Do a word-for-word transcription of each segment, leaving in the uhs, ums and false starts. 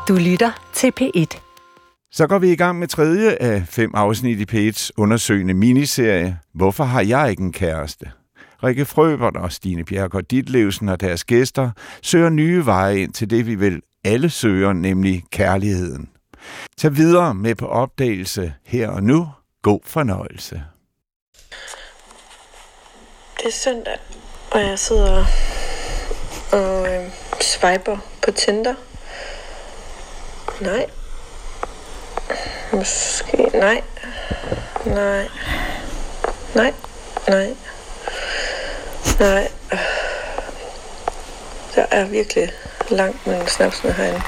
Du lytter til P et. Så går vi i gang med tredje af fem afsnit i P et's undersøgende miniserie Hvorfor har jeg ikke en kæreste? Rikke Frøbert og Stine Bjerregaard Ditlevsen og deres gæster søger nye veje ind til det, vi vel alle søger, nemlig kærligheden. Tag videre med på opdagelse her og nu. God fornøjelse. Det er søndag, og jeg sidder og øh, swiper på Tinder. Nej. Måske. Nej. Nej. Nej. Nej. Nej. Der er virkelig langt mellem snapsene herinde.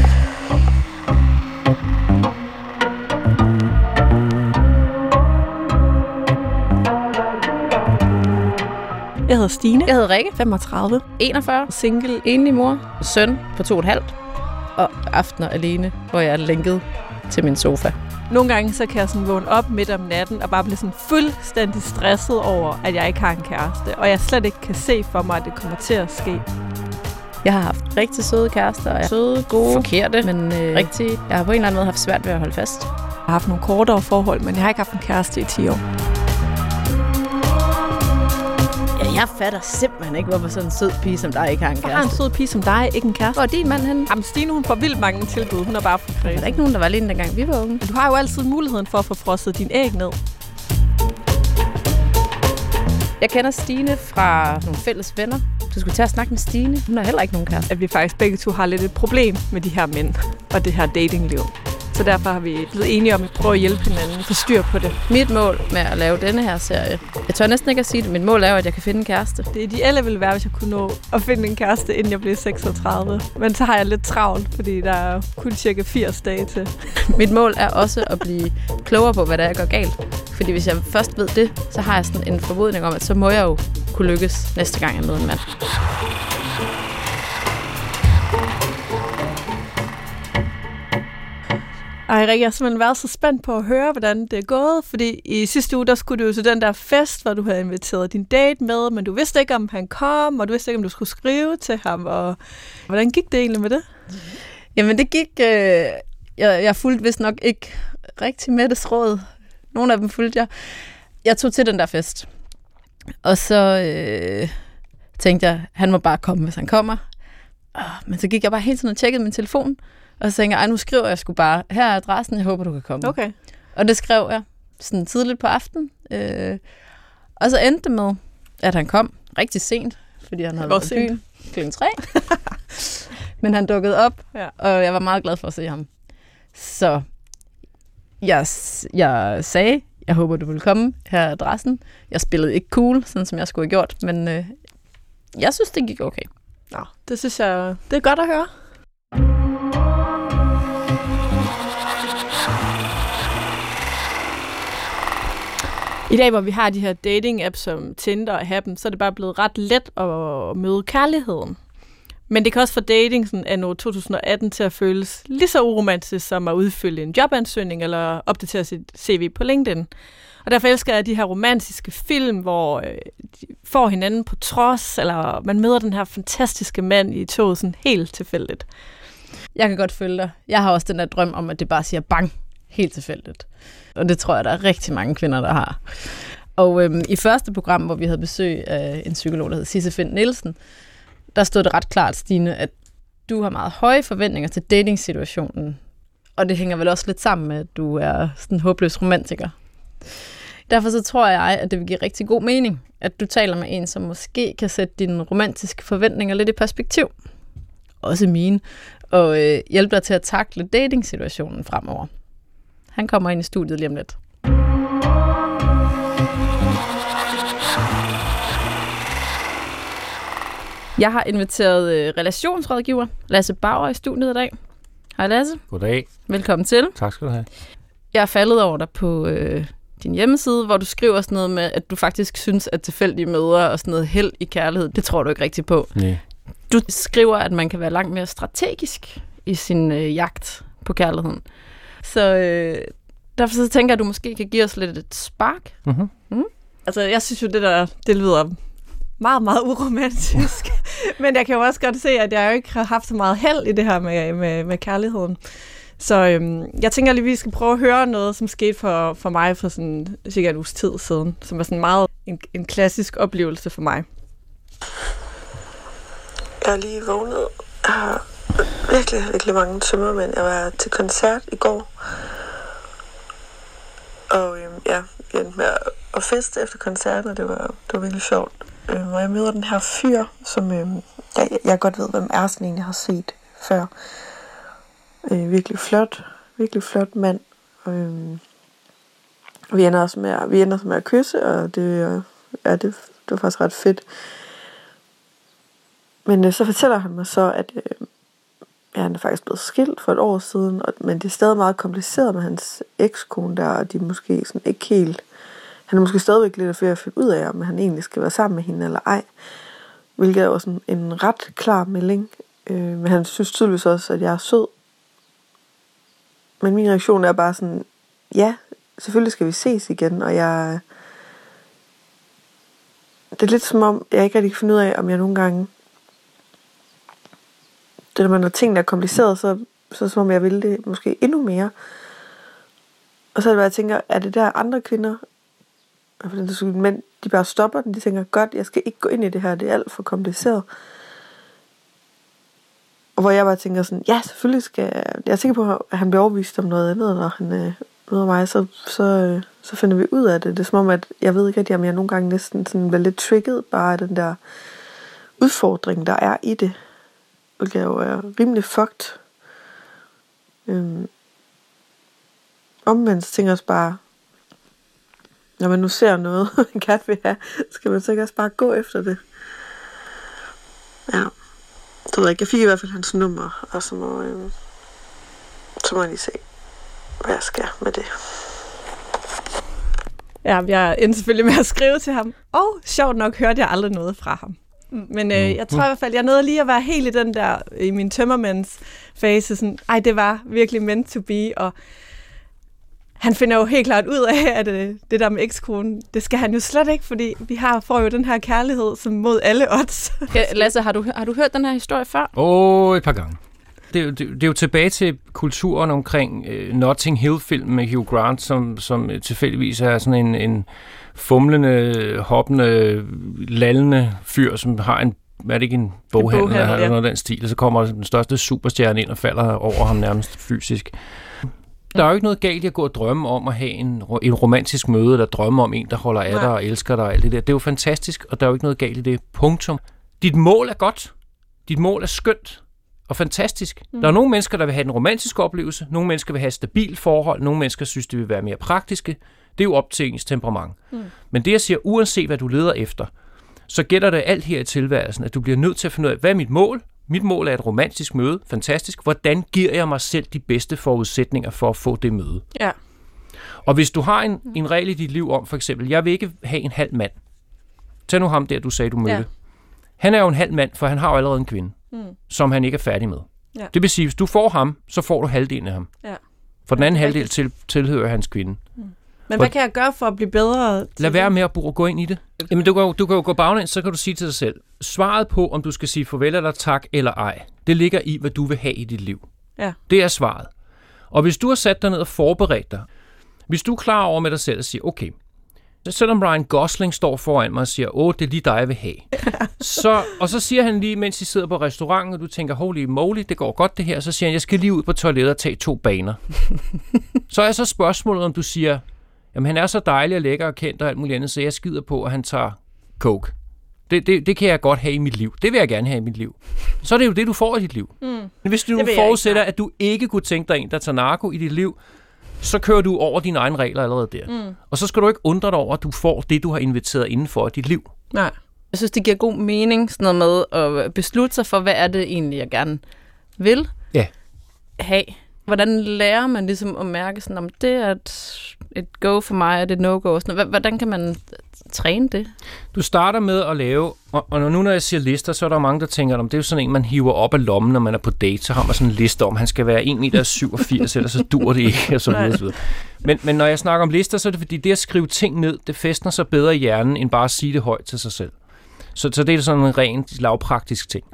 Jeg hedder Stine. Jeg hedder Rikke. femogtredive. enogfyrre. Single. Enlig mor. Søn på to og et halvt. Og aftener alene, hvor jeg er lænket til min sofa. Nogle gange så kan jeg sådan vågne op midt om natten og bare blive sådan fuldstændig stresset over, at jeg ikke har en kæreste. Og jeg slet ikke kan se for mig, at det kommer til at ske. Jeg har haft rigtig søde kærester. Og søde, gode, forkerte, men øh, rigtig. Jeg har på en eller anden måde haft svært ved at holde fast. Jeg har haft nogle kortere forhold, men jeg har ikke haft en kæreste i ti år. Jeg fatter simpelthen ikke, hvorfor sådan en sød pige som dig ikke har en kæreste. Jeg har en sød pige som dig, ikke en kæreste. Hvor er din mand henne? Jamen Stine, hun får vildt mange tilbud. Hun er bare for kredsen. Der er ikke nogen, der var alene dengang vi var unge. Men du har jo altid muligheden for at få frosset din æg ned. Jeg kender Stine fra nogle fælles venner. Du skulle til at snakke med Stine. Hun har heller ikke nogen kæreste. At vi faktisk begge to har lidt et problem med de her mænd og det her datingliv. Så derfor har vi blevet enige om at prøve at hjælpe hinanden, få styr på det. Mit mål med at lave denne her serie, jeg tør næsten ikke at sige det, mit mål er jo, at jeg kan finde en kæreste. Det ideelle ville være, hvis jeg kunne nå at finde en kæreste, inden jeg blev seksogtredive. Men så har jeg lidt travlt, fordi der er kun cirka firs dage til. Mit mål er også at blive klogere på, hvad der er, jeg gør galt. Fordi hvis jeg først ved det, så har jeg sådan en formodning om, at så må jeg jo kunne lykkes næste gang, jeg møder en mand. Ej, Rikke, jeg har simpelthen været så spændt på at høre, hvordan det er gået, fordi i sidste uge, der skulle du jo til den der fest, hvor du havde inviteret din date med, men du vidste ikke, om han kom, og du vidste ikke, om du skulle skrive til ham, og hvordan gik det egentlig med det? Jamen, det gik... Øh, jeg, jeg fulgte vist nok ikke rigtig Mettes råd. Nogle af dem fulgte jeg. Jeg tog til den der fest, og så øh, tænkte jeg, han må bare komme, hvis han kommer. Men så gik jeg bare hele tiden og tjekkede min telefon, og så tænkte jeg, ej, nu skriver jeg sgu bare, her er adressen, jeg håber, du kan komme. Okay. Og det skrev jeg sådan tidligt på aftenen. Øh, og så endte det med, at han kom rigtig sent, fordi han havde været i byen klokken tre. Men han dukkede op, ja. Og jeg var meget glad for at se ham. Så jeg, jeg sagde, jeg håber, du vil komme, her er adressen. Jeg spillede ikke cool, sådan som jeg skulle have gjort, men øh, jeg synes, det gik okay. Nå, det synes jeg, det er godt at høre. I dag, hvor vi har de her dating-apps som Tinder og Happen, så er det bare blevet ret let at møde kærligheden. Men det kan også få dating sådan anno to tusind og atten til at føles lige så uromantisk som at udfylde en jobansøgning eller opdatere sit C V på LinkedIn. Og derfor elsker jeg de her romantiske film, hvor øh, de får hinanden på trods, eller man møder den her fantastiske mand i toget sådan helt tilfældigt. Jeg kan godt følge dig. Jeg har også den der drøm om, at det bare siger bang, helt tilfældigt. Og det tror jeg, der er rigtig mange kvinder, der har. Og øhm, i første program, hvor vi havde besøg af en psykolog, der hed Sisse Fint Nielsen, der stod det ret klart, Stine, at du har meget høje forventninger til datingsituationen. Og det hænger vel også lidt sammen med, at du er sådan en håbløs romantiker. Derfor så tror jeg, at det vil give rigtig god mening, at du taler med en, som måske kan sætte dine romantiske forventninger lidt i perspektiv. Også mine. Og øh, hjælpe dig til at takle datingsituationen fremover. Han kommer ind i studiet lige om lidt. Jeg har inviteret øh, relationsrådgiver Lasse Bauer i studiet i dag. Hej Lasse. Goddag. Velkommen til. Tak skal du have. Jeg er faldet over dig på øh, din hjemmeside, hvor du skriver sådan noget med, at du faktisk synes, at tilfældige møder og sådan noget held i kærlighed, det tror du ikke rigtigt på. Nej. Du skriver, at man kan være langt mere strategisk i sin øh, jagt på kærligheden. Så øh, derfor så tænker jeg, at du måske kan give os lidt et spark. Mm-hmm. Mm? Altså, jeg synes jo, det der, det lyder meget, meget uromantisk. Men jeg kan jo også godt se, at jeg jo ikke har haft så meget held i det her med, med, med kærligheden. Så øhm, jeg tænker lige, at vi skal prøve at høre noget, som skete for, for mig for sådan cirka en uges tid siden, som var sådan meget en, en klassisk oplevelse for mig. Jeg er lige vågnet. Jeg har virkelig, virkelig mange tømmermænd. Jeg var til koncert i går. Og øhm, ja, jeg endte med at feste efter koncerten, og det var, det var virkelig sjovt. Øhm, og jeg møder den her fyr, som øhm, jeg, jeg godt ved, hvem er sådan en, jeg har set før. Øh, virkelig flot, virkelig flot mand. Øhm, vi ender også med, vi ender med at kysse, og det, ja, det, det var faktisk ret fedt. Men øh, så fortæller han mig så, at øh, ja, han er faktisk blevet skilt for et år siden, og, men det er stadig meget kompliceret med hans ekskone der, og de er måske sådan ikke helt... Han er måske stadigvæk lidt ved at finde ud af, om han egentlig skal være sammen med hende eller ej. Hvilket er jo sådan en ret klar melding. Øh, men han synes tydeligvis også, at jeg er sød. Men min reaktion er bare sådan, ja, selvfølgelig skal vi ses igen, og jeg... Det er lidt som om, jeg ikke rigtig kan finde ud af, om jeg nogle gange... Det når man har ting, der er kompliceret, så, så er det som om, jeg vil det måske endnu mere. Og så er det bare, jeg tænker, er det der andre kvinder, men de bare stopper den, de tænker, godt, jeg skal ikke gå ind i det her, det er alt for kompliceret. Og hvor jeg bare tænker sådan, ja, selvfølgelig skal jeg, jeg er sikker på, at han bliver overbevist om noget andet, når han øh, møder mig, så, så, øh, så finder vi ud af det. Det er som om, at jeg ved ikke rigtig, om jeg nogle gange næsten sådan bliver lidt trigget bare af den der udfordring, der er i det. Hvilket jo er rimelig fucked. Øhm. Omvendt tænker jeg også bare, når man nu ser noget, man gerne vil have, skal man så ikke også bare gå efter det. Ja, det ved jeg ikke. Jeg fik i hvert fald hans nummer, og så må, øhm, så må jeg lige se, hvad jeg skal med det. Ja, jeg endte selvfølgelig med at skrive til ham, og sjovt nok hørte jeg aldrig noget fra ham. Men øh, jeg tror i hvert fald, jeg nåede lige at være helt i den der, i min tømmermænds fase, sådan, ej, det var virkelig meant to be, og han finder jo helt klart ud af, at øh, det der med ekskonen, det skal han jo slet ikke, fordi vi har, får jo den her kærlighed som mod alle odds. Ja, Lasse, har du, har du hørt den her historie før? Åh, oh, et par gange. Det, det, det er jo tilbage til kulturen omkring øh, Notting Hill-film med Hugh Grant, som, som tilfældigvis er sådan en, en fumlende, hoppende, lallende fyr, som har en, hvad er det ikke, en boghandel, en boghandel eller ja. Noget af den stil, og så kommer den største superstjerne ind og falder over ham nærmest fysisk. Der er jo ikke noget galt i at gå og drømme om at have en, en romantisk møde, eller drømme om en, der holder af dig og elsker dig og alt det der. Det er jo fantastisk, og der er jo ikke noget galt i det. Punktum. Dit mål er godt. Dit mål er skønt og fantastisk. Mm. Der er nogle mennesker, der vil have en romantisk oplevelse. Nogle mennesker vil have et stabilt forhold. Nogle mennesker synes, det vil være mere praktiske. Det er jo op til ens temperament. Mm. Men det, jeg siger, uanset hvad du leder efter, så gælder det alt her i tilværelsen, at du bliver nødt til at finde ud af, hvad er mit mål? Mit mål er et romantisk møde. Fantastisk. Hvordan giver jeg mig selv de bedste forudsætninger for at få det møde? Ja. Og hvis du har en, en regel i dit liv om, for eksempel, jeg vil ikke have en halv mand. Tag nu ham der, du sagde, du mødte. Ja. Han er jo en halv mand, for han har jo allerede en kvinde, mm. som han ikke er færdig med. Ja. Det vil sige, hvis du får ham, så får du halvdelen af ham. Ja. For den anden ja, halvdel til, tilhører hans kvinde. Mm. Men hvad kan jeg gøre for at blive bedre? Lad være med at gå ind i det. Jamen, du kan, jo, du kan jo gå baglæns, så kan du sige til dig selv, svaret på, om du skal sige farvel eller tak eller ej, det ligger i, hvad du vil have i dit liv. Ja. Det er svaret. Og hvis du har sat dig ned og forberedt dig, hvis du er klar over med dig selv og siger, okay, selvom Ryan Gosling står foran mig og siger, åh, det er lige dig, jeg vil have. så, og så siger han lige, mens I sidder på restauranten, og du tænker, holy moly, det går godt det her, så siger han, jeg skal lige ud på toilettet og tage to baner. Så er så spørgsmålet, om du siger, jamen han er så dejlig og lækker og kendt og alt muligt andet, så jeg skider på, at han tager coke. Det, det, det kan jeg godt have i mit liv. Det vil jeg gerne have i mit liv. Så er det jo det, du får i dit liv. Mm. Men hvis du nu forudsætter, at du ikke kunne tænke dig en, der tager narko i dit liv, så kører du over dine egne regler allerede der. Mm. Og så skal du ikke undre dig over, at du får det, du har inviteret indenfor i dit liv. Nej. Jeg synes, det giver god mening sådan noget med at beslutte sig for, hvad er det egentlig, jeg gerne vil ja. have. Hvordan lærer man ligesom at mærke, sådan, om det er et, et go for mig, er det et no-go? Sådan, hvordan kan man træne det? Du starter med at lave, og, og nu når jeg siger lister, så er der mange, der tænker, om det er jo sådan en, man hiver op af lommen, når man er på date, så har man sådan en liste om, han skal være en komma syvogfirs meter, ellers så dur det ikke, og så videre. Men, men når jeg snakker om lister, så er det fordi, det at skrive ting ned, det fæstner sig bedre i hjernen, end bare at sige det højt til sig selv. Så, så det er sådan en rent lavpraktisk ting.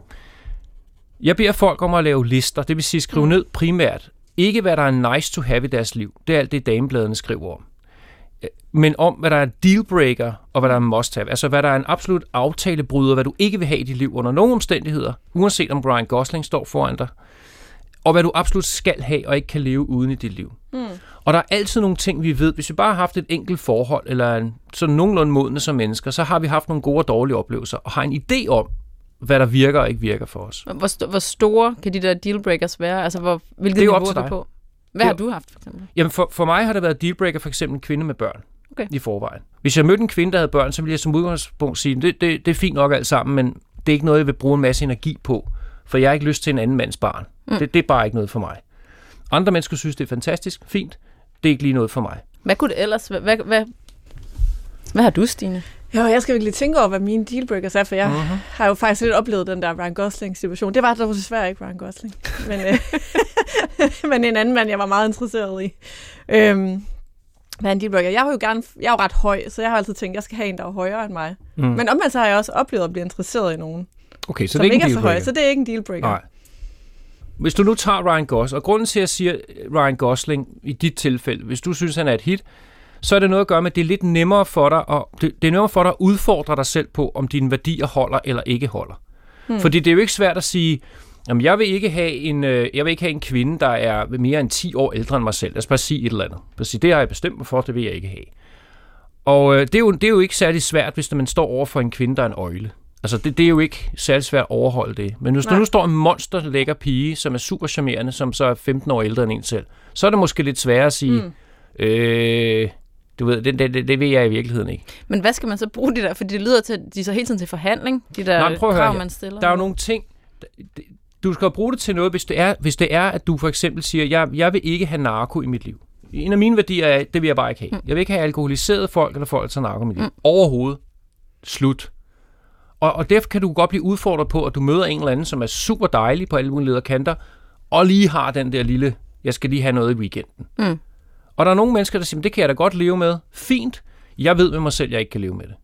Jeg beder folk om at lave lister, det vil sige skrive mm. ned primært, ikke hvad der er nice to have i deres liv. Det er alt det, damebladene skriver om. Men om, hvad der er dealbreaker, og hvad der er must have. Altså, hvad der er en absolut aftalebryder, hvad du ikke vil have i dit liv under nogen omstændigheder, uanset om Ryan Gosling står foran dig, og hvad du absolut skal have, og ikke kan leve uden i dit liv. Mm. Og der er altid nogle ting, vi ved. Hvis vi bare har haft et enkelt forhold, eller en, sådan nogenlunde modne som mennesker, så har vi haft nogle gode og dårlige oplevelser, og har en idé om, hvad der virker og ikke virker for os. Hvor, st- hvor store kan de der dealbreakers være? Altså, hvor, hvilket det er jo niveau er du på? Hvad har du haft, for eksempel? Jamen, for, for mig har det været dealbreaker, for eksempel en kvinde med børn. Okay. I forvejen. Hvis jeg mødte en kvinde, der havde børn, så ville jeg som udgangspunkt sige, det, det, det er fint nok alt sammen, men det er ikke noget, jeg vil bruge en masse energi på, for jeg har ikke lyst til en anden mands barn. Mm. Det, det er bare ikke noget for mig. Andre mennesker synes, det er fantastisk, fint. Det er ikke lige noget for mig. Hvad kunne det ellers være? Hvad, hvad, hvad har du, Stine? Jo, jeg skal virkelig tænke over, hvad mine dealbreakers er, for jeg uh-huh. har jo faktisk lidt oplevet den der Ryan Gosling-situation. Det var dog desværre ikke Ryan Gosling, men, øh, men en anden mand, jeg var meget interesseret i. Øhm, Hvad er en dealbreaker? Jeg, jo gerne, jeg er jo ret høj, så jeg har altid tænkt, at jeg skal have en, der er højere end mig. Mm. Men omvendt så har jeg også oplevet at blive interesseret i nogen, okay, så som det er ikke er så høj, så det er ikke en dealbreaker. Nej. Hvis du nu tager Ryan Gosling, og grunden til, at jeg siger Ryan Gosling i dit tilfælde, hvis du synes, han er et hit, så er det noget at gøre med, at det er lidt nemmere for dig, og det, det er nemmere for dig at udfordre dig selv på, om dine værdier holder eller ikke holder. Hmm. Fordi det er jo ikke svært at sige, jamen, jeg vil ikke have en, jeg vil ikke have en kvinde, der er mere end ti år ældre end mig selv. Lad os bare sige et eller andet. Sige, det har jeg bestemt mig for, det vil jeg ikke have. Og det er, jo, det er jo ikke særlig svært, hvis man står over for en kvinde, der er en øgle. Altså, det, det er jo ikke særlig svært at overholde det. Men hvis der nu står en monster lækker pige, som er super charmerende, som så er femten år ældre end en selv, så er det måske lidt sværere at sige, mm. øh, du ved, det, det, det ved jeg i virkeligheden ikke. Men hvad skal man så bruge de der? Fordi det lyder til, de er så hele tiden til forhandling, de der Nej, krav, man stiller. Der er jo nogle ting, du skal bruge det til noget, hvis det er, hvis det er at du for eksempel siger, jeg, jeg vil ikke have narko i mit liv. En af mine værdier er, det vil jeg bare ikke have. Mm. Jeg vil ikke have alkoholiserede folk, eller folk, der tager narko i mit liv. Mm. Overhovedet. Slut. Og, og derfor kan du godt blive udfordret på, at du møder en eller anden, som er super dejlig på alle mulige lederkanter, og lige har den der lille, jeg skal lige have noget i weekenden. Mm. Og der er nogle mennesker, der siger, det kan jeg da godt leve med. Fint. Jeg ved med mig selv, jeg ikke kan leve med det.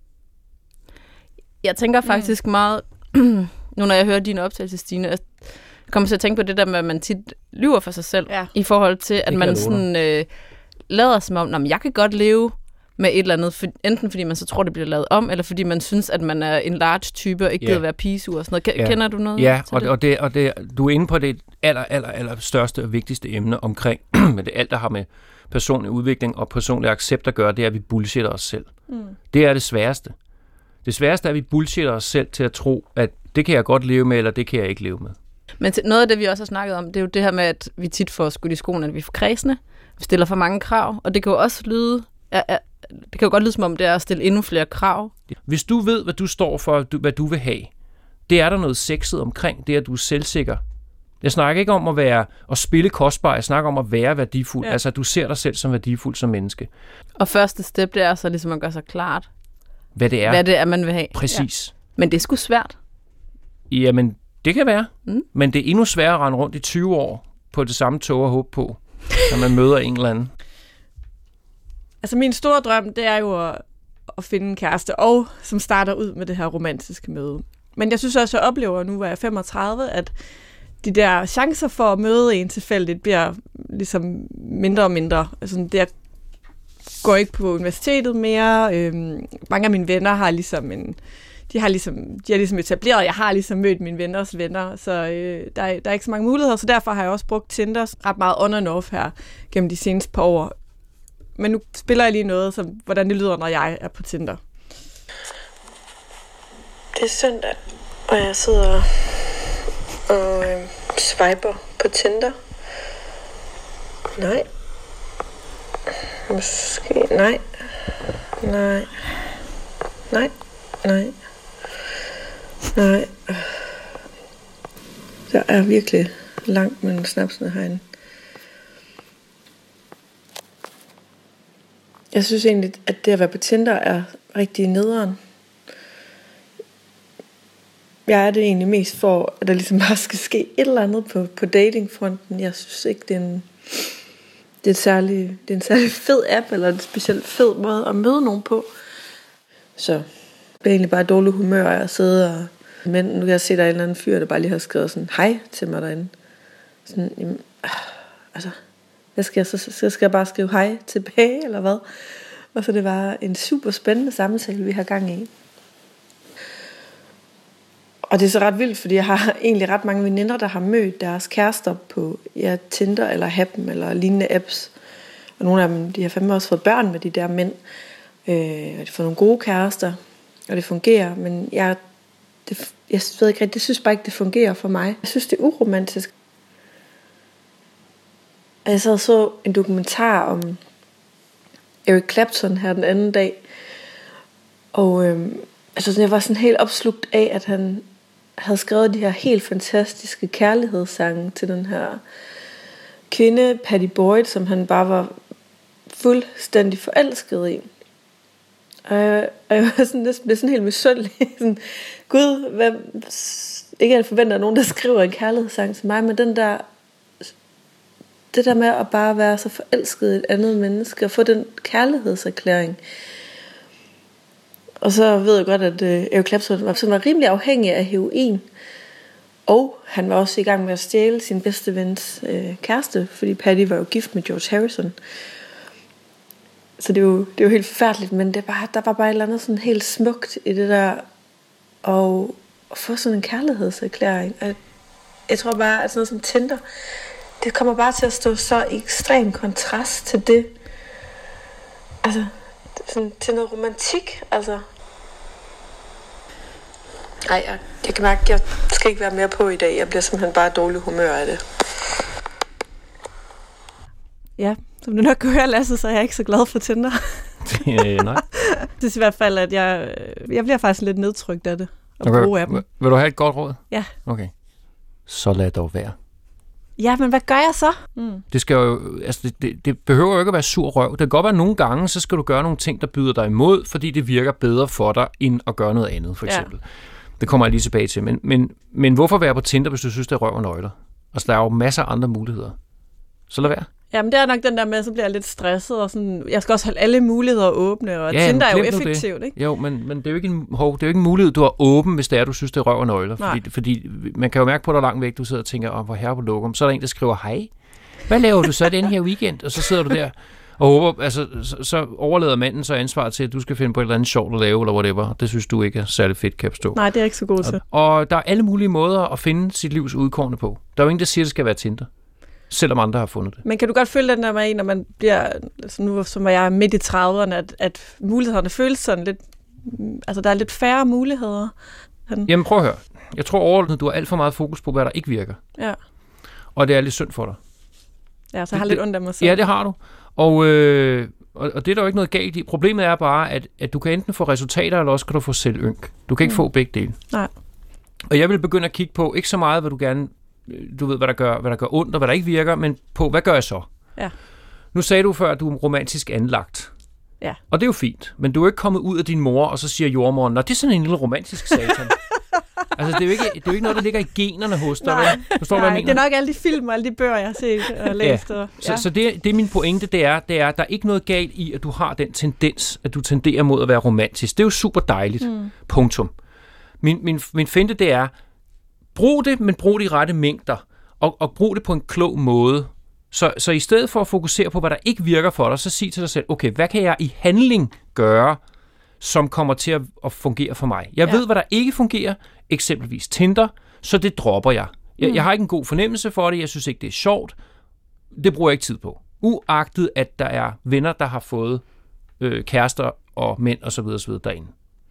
Jeg tænker faktisk mm. meget, nu når jeg hører dine optagelser, Stine, jeg kommer til at tænke på det der med, at man tit lyver for sig selv, ja. I forhold til, at man sådan øh, lader som om, jeg kan godt leve med et eller andet, for, enten fordi man så tror, det bliver lavet om, eller fordi man synes, at man er en large type, og ikke gider yeah. være pigesur og sådan noget. K- yeah. Kender du noget? Ja, og det? Og, det, og det, du er inde på det aller, aller, aller største og vigtigste emne omkring, med det alt, der har med personlig udvikling og personlig accept at gøre, det er, at vi bullshitter os selv. Mm. Det er det sværeste. Det sværeste er, at vi bullshitter os selv til at tro, at det kan jeg godt leve med, eller det kan jeg ikke leve med. Men noget af det, vi også har snakket om, det er jo det her med, at vi tit får skudt i skoene, at vi er for kredsende, vi stiller for mange krav, og det kan jo også lyde... Ja, ja, det kan jo godt lyde som om, det er at stille endnu flere krav. Hvis du ved, hvad du står for, hvad du vil have, det er der noget sexet omkring, det er, at du er selvsikker. Jeg snakker ikke om at være at spille kostbar, jeg snakker om at være værdifuld. Ja. Altså, at du ser dig selv som værdifuld som menneske. Og første step, det er så ligesom at gøre sig klart, hvad det er. Hvad det er, man vil have. Præcis. Ja. Men det er sgu svært. Jamen, det kan være. Mm. Men det er endnu sværere at rende rundt i tyve år på det samme tog og håbe på, når man møder en eller anden. Altså min store drøm, det er jo at, at finde en kæreste, og som starter ud med det her romantiske møde. Men jeg synes også, jeg oplever nu, hvor jeg er femogtredive, at de der chancer for at møde en tilfældigt bliver ligesom mindre og mindre. Altså det, jeg går ikke på universitetet mere. Øhm, mange af mine venner har ligesom en... De har ligesom, de har ligesom etableret, jeg har ligesom mødt mine venners venner, så øh, der, er, der er ikke så mange muligheder, så derfor har jeg også brugt Tinder ret meget on and off her gennem de seneste par år. Men nu spiller jeg lige noget, som, hvordan det lyder, når jeg er på Tinder. Det er søndag, og jeg sidder og øh, swiper på Tinder. Nej. Måske. Nej. Nej. Nej. Nej. Nej. Der er virkelig langt mellem snapsene herinde. Jeg synes egentlig, at det at være på Tinder er rigtig nederen. Jeg er det egentlig mest for, at der ligesom bare skal ske et eller andet på, på datingfronten. Jeg synes ikke, det er en, det er en særlig, det er en særlig fed app, eller en specielt fed måde at møde nogen på. Så bliver egentlig bare dårlig humør af at sidde og... Men nu kan jeg se, at der er en eller anden fyr, der bare lige har skrevet sådan, hej til mig derinde. Sådan, jamen, øh, altså, hvad skal jeg så? Så skal jeg bare skrive hej tilbage, eller hvad? Og så det var en super spændende samtale, vi har gang i. Og det er så ret vildt, fordi jeg har egentlig ret mange veninder, der har mødt deres kærester på ja, Tinder eller Happen eller lignende apps. Og nogle af dem, de har fandme også fået børn med de der mænd. Øh, og de får nogle gode kærester, og det fungerer. Men jeg, det, jeg ved ikke rigtig, det synes bare ikke, det fungerer for mig. Jeg synes, det er uromantisk. Og jeg sad og så en dokumentar om Eric Clapton her den anden dag. Og øh, altså, jeg var sådan helt opslugt af, at han havde skrevet de her helt fantastiske kærlighedssange til den her kvinde, Patty Boyd, som han bare var fuldstændig forelsket i. Og jeg, og jeg var sådan, næsten blev sådan helt misundelig. sådan, Gud, hvem, ikke at forvente af nogen, der skriver en kærlighedssang til mig, men den der, det der med at bare være så forelsket i et andet menneske, og få den kærlighedserklæring. Og så ved jeg godt, at øh, Eric Clapton var, var rimelig afhængig af heroin. Og han var også i gang med at stjæle sin bedste vens øh, kæreste, fordi Patty var jo gift med George Harrison. Så det er jo, det er jo helt forfærdeligt, men det var, der var bare et eller andet sådan helt smukt i det der, og at få sådan en kærlighedserklæring. Jeg, jeg tror bare, at sådan noget som Tinder, det kommer bare til at stå så i ekstrem kontrast til det. Altså, sådan, til noget romantik, altså. Ej, jeg, jeg kan mærke, jeg skal ikke være mere på i dag. Jeg bliver simpelthen bare dårlig humør af det. Ja, som du nok kan høre, Lasse, så er jeg ikke så glad for Tinder. øh, nej. Det er i hvert fald, at jeg, jeg bliver faktisk lidt nedtrykt af det. At okay. bruge af dem. Vil du have et godt råd? Ja. Okay. Så lad dog være. Ja, men hvad gør jeg så? Mm. Det skal jo, altså det, det, det behøver jo ikke at være sur røv. Det kan godt være, at nogle gange, så skal du gøre nogle ting, der byder dig imod, fordi det virker bedre for dig, end at gøre noget andet, for eksempel. Ja. Det kommer jeg lige tilbage til. Men, men, men hvorfor være på Tinder, hvis du synes, det er røv og nøgler? Altså, der er jo masser af andre muligheder. Så lad være. Jamen, det er nok den der med, at så bliver jeg lidt stresset, og sådan, jeg skal også holde alle muligheder åbne, og ja, Tinder er jo effektivt, ikke? Jo, men, men det er jo ikke en, hov, det er jo ikke en mulighed, du har åben, hvis det er, du synes, det er røv og nøgler. Fordi, fordi man kan jo mærke på dig langt væk, du sidder og tænker, åh, hvor herre på lokum. Så er der en, der skriver, hej, hvad laver du så den her weekend? Og så sidder du der og håber, altså, så, så overlader manden så ansvar til, at du skal finde på et eller andet sjovt at lave, eller whatever. Det synes du ikke er særlig fedt, kan jeg forstå. Nej, det er ikke så godt til. Og, og der er alle mulige måder at finde sit livs udkårne på. Der er jo ingen, der siger, at det skal være Tinder. Selvom andre har fundet det. Men kan du godt føle den der med, når man bliver, altså nu som jeg er midt i trediverne, at, at mulighederne føles sådan lidt, altså der er lidt færre muligheder? Den... Jamen prøv at høre. Jeg tror overordnet, du har alt for meget fokus på, hvad der ikke virker. Ja. Og det er lidt synd for dig. Ja, så jeg har det, lidt ondt af mig selv. Ja, det har du. Og, øh, og, og det er der jo ikke noget galt i. Problemet er bare, at, at du kan enten få resultater, eller også kan du få selv ynk. Du kan ikke mm. få begge dele. Nej. Og jeg vil begynde at kigge på, ikke så meget, hvad du gerne du ved, hvad der gør, hvad der gør ondt, og hvad der ikke virker, men på, hvad gør jeg så? Ja. Nu sagde du før, at du er romantisk anlagt. Ja. Og det er jo fint, men du er ikke kommet ud af din mor, og så siger jordmoren, nå, det er sådan en lille romantisk satan. Altså, det er, jo ikke, det er jo ikke noget, der ligger i generne hos dig. Nej, Forstår du, nej, hvad jeg mener? det er nok alle de film og alle de bøger, jeg har set og læst. Ja. Og, ja. Så, så det, det er min pointe, det er, det er, at der er ikke noget galt i, at du har den tendens, at du tenderer mod at være romantisk. Det er jo super dejligt. Mm. Punktum. Min, min, min finte, det er, brug det, men brug det i rette mængder. Og, og brug det på en klog måde. Så, så i stedet for at fokusere på, hvad der ikke virker for dig, så sig til dig selv, okay, hvad kan jeg i handling gøre, som kommer til at, at fungere for mig? Jeg ja. ved, hvad der ikke fungerer, eksempelvis Tinder, så det dropper jeg. Jeg, mm. jeg har ikke en god fornemmelse for det, jeg synes ikke, det er sjovt. Det bruger jeg ikke tid på. Uagtet, at der er venner, der har fået øh, kærester og mænd osv. osv. derinde.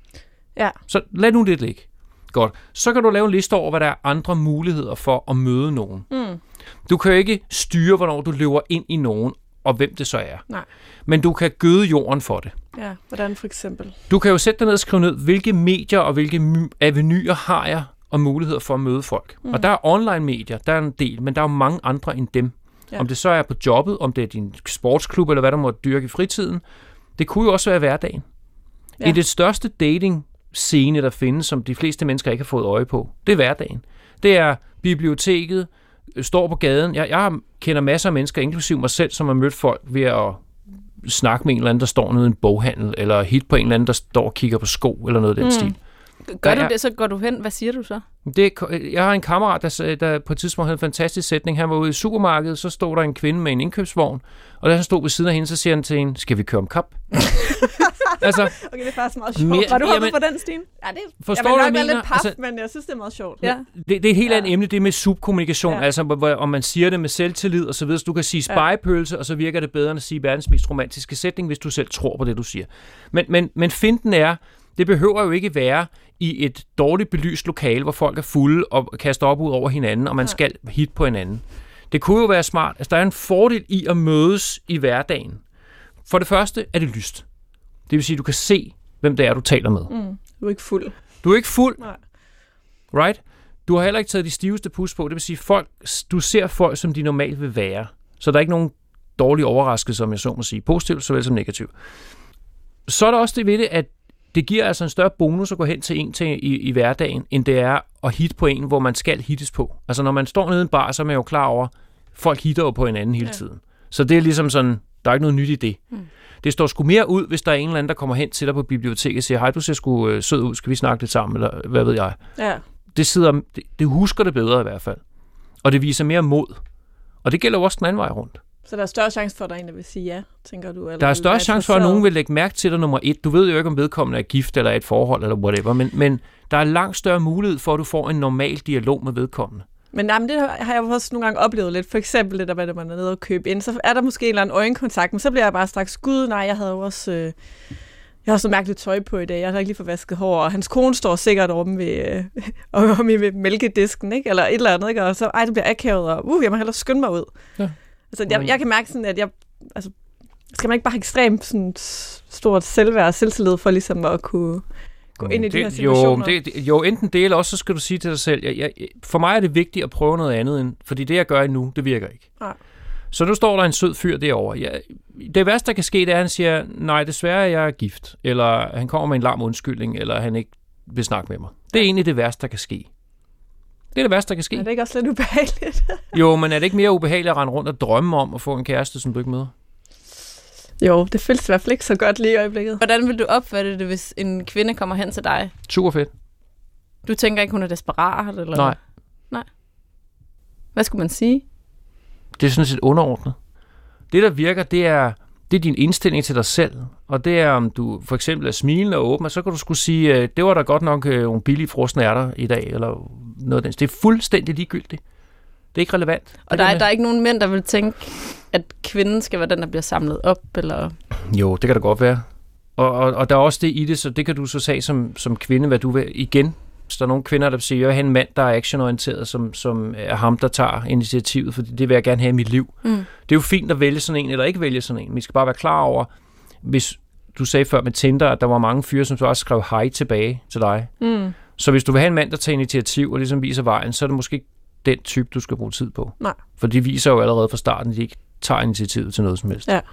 Ja. Så lad nu det ligge. Godt. Så kan du lave en liste over, hvad der er andre muligheder for at møde nogen. Mm. Du kan jo ikke styre, hvornår du løber ind i nogen, og hvem det så er. Nej. Men du kan gøde jorden for det. Ja, hvordan for eksempel? Du kan jo sætte dig ned og skrive ned, hvilke medier og hvilke avenyer har jeg og muligheder for at møde folk. Mm. Og der er online-medier, der er en del, men der er jo mange andre end dem. Ja. Om det så er på jobbet, om det er din sportsklub, eller hvad du må dyrke i fritiden. Det kunne jo også være hverdagen. Ja. I det største dating scene, der findes, som de fleste mennesker ikke har fået øje på. Det er hverdagen. Det er biblioteket, står på gaden. Jeg, jeg kender masser af mennesker, inklusive mig selv, som har mødt folk ved at snak med en eller anden, der står nede i en boghandel, eller hit på en eller anden, der står og kigger på sko, eller noget af den mm. stil. Gør der du det, så går du hen. Hvad siger du så? Det, jeg har en kammerat, der, der på et tidspunkt havde en fantastisk sætning. Han var ude i supermarkedet, så stod der en kvinde med en indkøbsvogn, og da han stod ved siden af hende, så siger han til hende, skal vi køre om kap? altså, okay, det er faktisk meget sjovt. Mere, var du hoppet på den, Stine? Ja, det forstår jeg du, mener? Lidt paf, altså, men jeg synes, det er meget sjovt. Ja. Det, det er et helt ja. andet emne, det med subkommunikation, ja. altså hvor, om man siger det med selvtillid og så videre. Så du kan sige spejepølse, og så virker det bedre end at sige verdens mest romantiske sætning, hvis du selv tror på det, du siger. Men, men, men finten er, det behøver jo ikke være i et dårligt belyst lokale, hvor folk er fulde og kaster op ud over hinanden, og man skal hit på hinanden. Det kunne jo være smart. Altså, der er en fordel i at mødes i hverdagen. For det første er det lyst. Det vil sige, at du kan se, hvem det er, du taler med. Mm. Du er ikke fuld. Du er ikke fuld. Nej. Right? Du har heller ikke taget de stiveste pus på. Det vil sige, folk, du ser folk, som de normalt vil være. Så der er ikke nogen dårlige overraskelser, som jeg så må sige. Positivt såvel som negativt. Så er der også det ved det, at det giver altså en større bonus at gå hen til en til i, i hverdagen, end det er at hitte på en, hvor man skal hittes på. Altså når man står nede i en bar, så er man jo klar over, folk hitter jo på hinanden hele tiden. Ja. Så det er ligesom sådan, der er ikke noget nyt i det. Mm. Det står sgu mere ud, hvis der er en eller anden, der kommer hen til dig på biblioteket og siger, hej, du ser sgu øh, sød ud, skal vi snakke lidt sammen, eller hvad ved jeg. Ja. Det, sidder, det, det husker det bedre i hvert fald. Og det viser mere mod. Og det gælder jo også den anden vej rundt. Så der er større chance for, at der er en, der vil sige ja, tænker du? Eller der er større chance for, at nogen vil lægge mærke til dig nummer et. Du ved jo ikke, om vedkommende er gift eller et forhold eller whatever, men, men der er langt større mulighed for, at du får en normal dialog med vedkommende. Men, nej, men det har jeg også nogle gange oplevet lidt. For eksempel det der, når man er nede og købe ind, så er der måske en eller anden øjenkontakt, men så bliver jeg bare straks, gud, nej, jeg havde jo også... Øh, jeg har så mærkeligt tøj på i dag, jeg har ikke lige fået vasket hår, og hans kone står sikkert omme ved, øh, omme ved mælkedisken, ikke? Eller et eller andet, ikke? Og så, ej, det bliver akavet, og uh, jeg må hellere skynde mig ud. Ja. Altså, jeg, jeg kan mærke sådan, at jeg... Altså, skal man ikke bare have ekstremt sådan, stort selvværd og selvtillid for ligesom at kunne gå ind i det, de her situationer? Jo, det, jo, enten det, eller også så skal du sige til dig selv, jeg, jeg, for mig er det vigtigt at prøve noget andet, end, fordi det, jeg gør nu, det virker ikke. Nej. Så nu står der en sød fyr derovre. Jeg, det værste, der kan ske, det er, at han siger, nej, desværre, jeg er gift. Eller han kommer med en larm undskyldning, eller han ikke vil snakke med mig. Det er egentlig det værste, der kan ske. Det er det værste, der kan ske. Er det ikke også lidt ubehageligt? Jo, men er det ikke mere ubehageligt at rende rundt og drømme om at få en kæreste, som du ikke møder? Jo, det føles i hvert fald ikke så godt lige i øjeblikket. Hvordan vil du opfatte det, hvis en kvinde kommer hen til dig? Super fedt. Du tænker ikke, hun er desperat? Eller? Nej. Nej. Hvad skulle man sige? Det er sådan set underordnet. Det, der virker, det er, det er din indstilling til dig selv. Og det er, om du for eksempel er smilende og åben, og så kan du skulle sige, det var da godt nok nogle billige frosne ærter i dag, eller noget af den. Det er fuldstændig ligegyldigt. Det er ikke relevant. Og der er, der er ikke nogen mænd, der vil tænke, at kvinden skal være den, der bliver samlet op, eller... Jo, det kan da godt være. Og, og, og der er også det i det, så det kan du så sige som, som kvinde, hvad du vil igen. Så der er nogle kvinder, der siger, at jeg vil have en mand, der er actionorienteret, som, som er ham, der tager initiativet, for det vil jeg gerne have i mit liv. Mm. Det er jo fint at vælge sådan en, eller ikke vælge sådan en. Vi skal bare være klar over, hvis du sagde før med Tinder, at der var mange fyre, som så også skrev hej tilbage til dig. Mm. Så hvis du vil have en mand, der tager initiativ og ligesom viser vejen, så er det måske den type, du skal bruge tid på. Nej. For de viser jo allerede fra starten, at de ikke tager initiativet til noget som helst. Ja.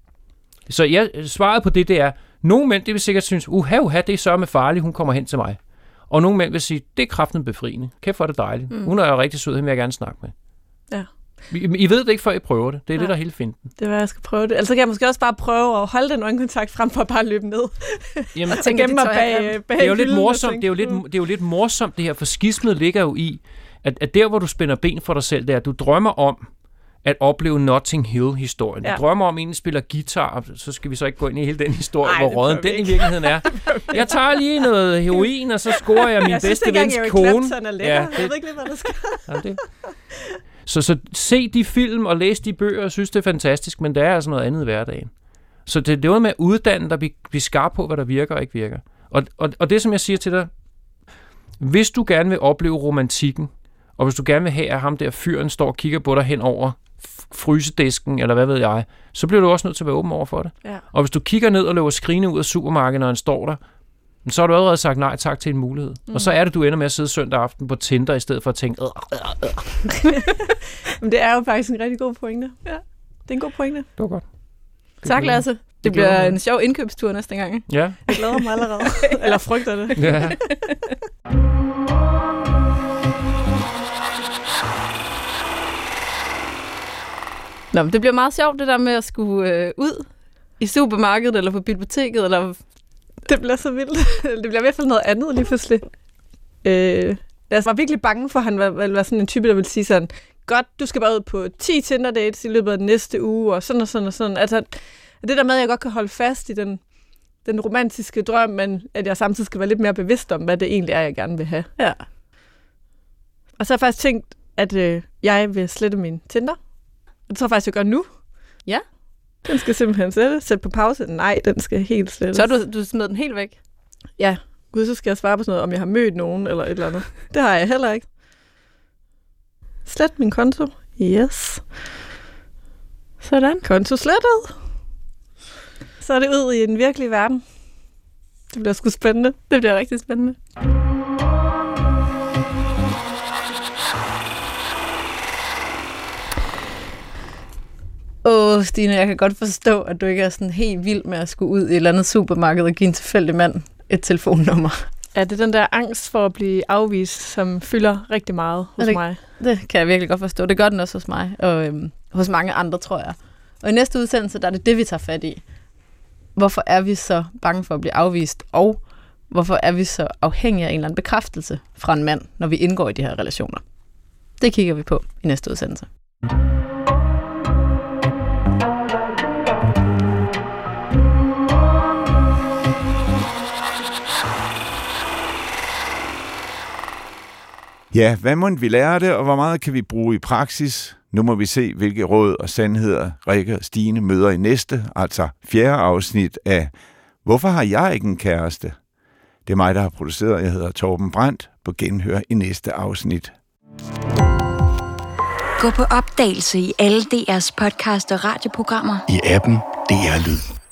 Så jeg svaret på det, det er, nogle mænd, det vil sikkert synes, uha, uha, det er sørme farligt, hun kommer hen til mig. Og nogle mænd vil sige, det er kraften befriende. Kæft for det dejligt. Mm. Hun er jo rigtig sød, hende vil jeg gerne snakke med. Ja. I, I ved det ikke, før I prøver det. Det er ja. det, der er hele finten. Det er, hvad jeg skal prøve det. Altså kan jeg måske også bare prøve at holde den øjenkontakt frem for at bare løbe ned. Jamen, og tænke mig bag, bag det er jo lidt morsomt, det er jo lidt, det er jo lidt morsomt det her, for skismet ligger jo i, at, at der, hvor du spænder ben for dig selv, det er, at du drømmer om at opleve Notting Hill-historien. Ja. Du drømmer om, at en spiller guitar, så skal vi så ikke gå ind i hele den historie, Ej, hvor råden den i virkeligheden er. Jeg tager lige noget heroin, og så scorer jeg min jeg bedste synes, vens kone. Jeg synes ikke engang, jeg ved ikke lige, hvad der skal. Ja, det. Så, så se de film og læs de bøger, og synes, det er fantastisk, men det er altså noget andet i hverdagen. Så det, det er noget med at uddanne dig, blive, blive skarp på, hvad der virker og ikke virker. Og, og, og det, som jeg siger til dig, hvis du gerne vil opleve romantikken, og hvis du gerne vil have, at ham der fyren står og kigger på dig hen over frysedisken, eller hvad ved jeg, så bliver du også nødt til at være åben over for det. Ja. Og hvis du kigger ned og løber skrigende ud af supermarkedet, når han står der, så har du allerede sagt nej tak til en mulighed. Mm. Og så er det, du ender med at sidde søndag aften på Tinder, i stedet for at tænke, øh, øh, øh. Men det er jo faktisk en rigtig god pointe. Ja, det er en god pointe. Det var godt. Det tak, Lasse. Det, det bliver en sjov indkøbstur næste gang. Ja. Jeg glæder mig allerede. Eller frygter det. Ja. Nå, men det bliver meget sjovt, det der med at skulle øh, ud I supermarkedet, eller på biblioteket, eller... Det bliver så vildt. Det bliver i hvert fald noget andet lige pludselig. Øh, jeg var virkelig bange for, at han var, var sådan en type, der ville sige sådan, godt, du skal bare ud på ti Tinder-dates i løbet af den næste uge, og sådan og sådan og sådan. Altså, det der med, at jeg godt kan holde fast i den, den romantiske drøm, men at jeg samtidig skal være lidt mere bevidst om, hvad det egentlig er, jeg gerne vil have. Ja. Og så har jeg faktisk tænkt, at øh, jeg vil slette min Tinder. Det tror jeg faktisk, jeg gør nu. Ja. Den skal simpelthen sætte. Sæt på pause. Nej, den skal helt slettes. Så du, du smed den helt væk? Ja. Gud, så skal jeg svare på sådan noget, om jeg har mødt nogen eller et eller andet. Det har jeg heller ikke. Slet min konto. Yes. Sådan. Konto slettet. Så er det ud i den virkelige verden. Det bliver sgu spændende. Det bliver rigtig spændende. Åh, oh, Stine, jeg kan godt forstå, at du ikke er sådan helt vild med at skulle ud i et eller andet supermarked og give en tilfældig mand et telefonnummer. Ja, det er den der angst for at blive afvist, som fylder rigtig meget hos det, mig. Det kan jeg virkelig godt forstå. Det gør den også hos mig, og øhm, hos mange andre, tror jeg. Og i næste udsendelse, der er det det, vi tager fat i. Hvorfor er vi så bange for at blive afvist, og hvorfor er vi så afhængige af en eller anden bekræftelse fra en mand, når vi indgår i de her relationer? Det kigger vi på i næste udsendelse. Ja, hvad må vi lære det, og hvor meget kan vi bruge i praksis? Nu må vi se, hvilke råd og sandheder Rikke og Stine møder i næste, altså fjerde afsnit af Hvorfor har jeg ikke en kæreste? Det er mig, der har produceret. Jeg hedder Torben Brandt. På genhør i næste afsnit. Gå på opdagelse i alle D R's podcast og radioprogrammer. I appen D R Lyd.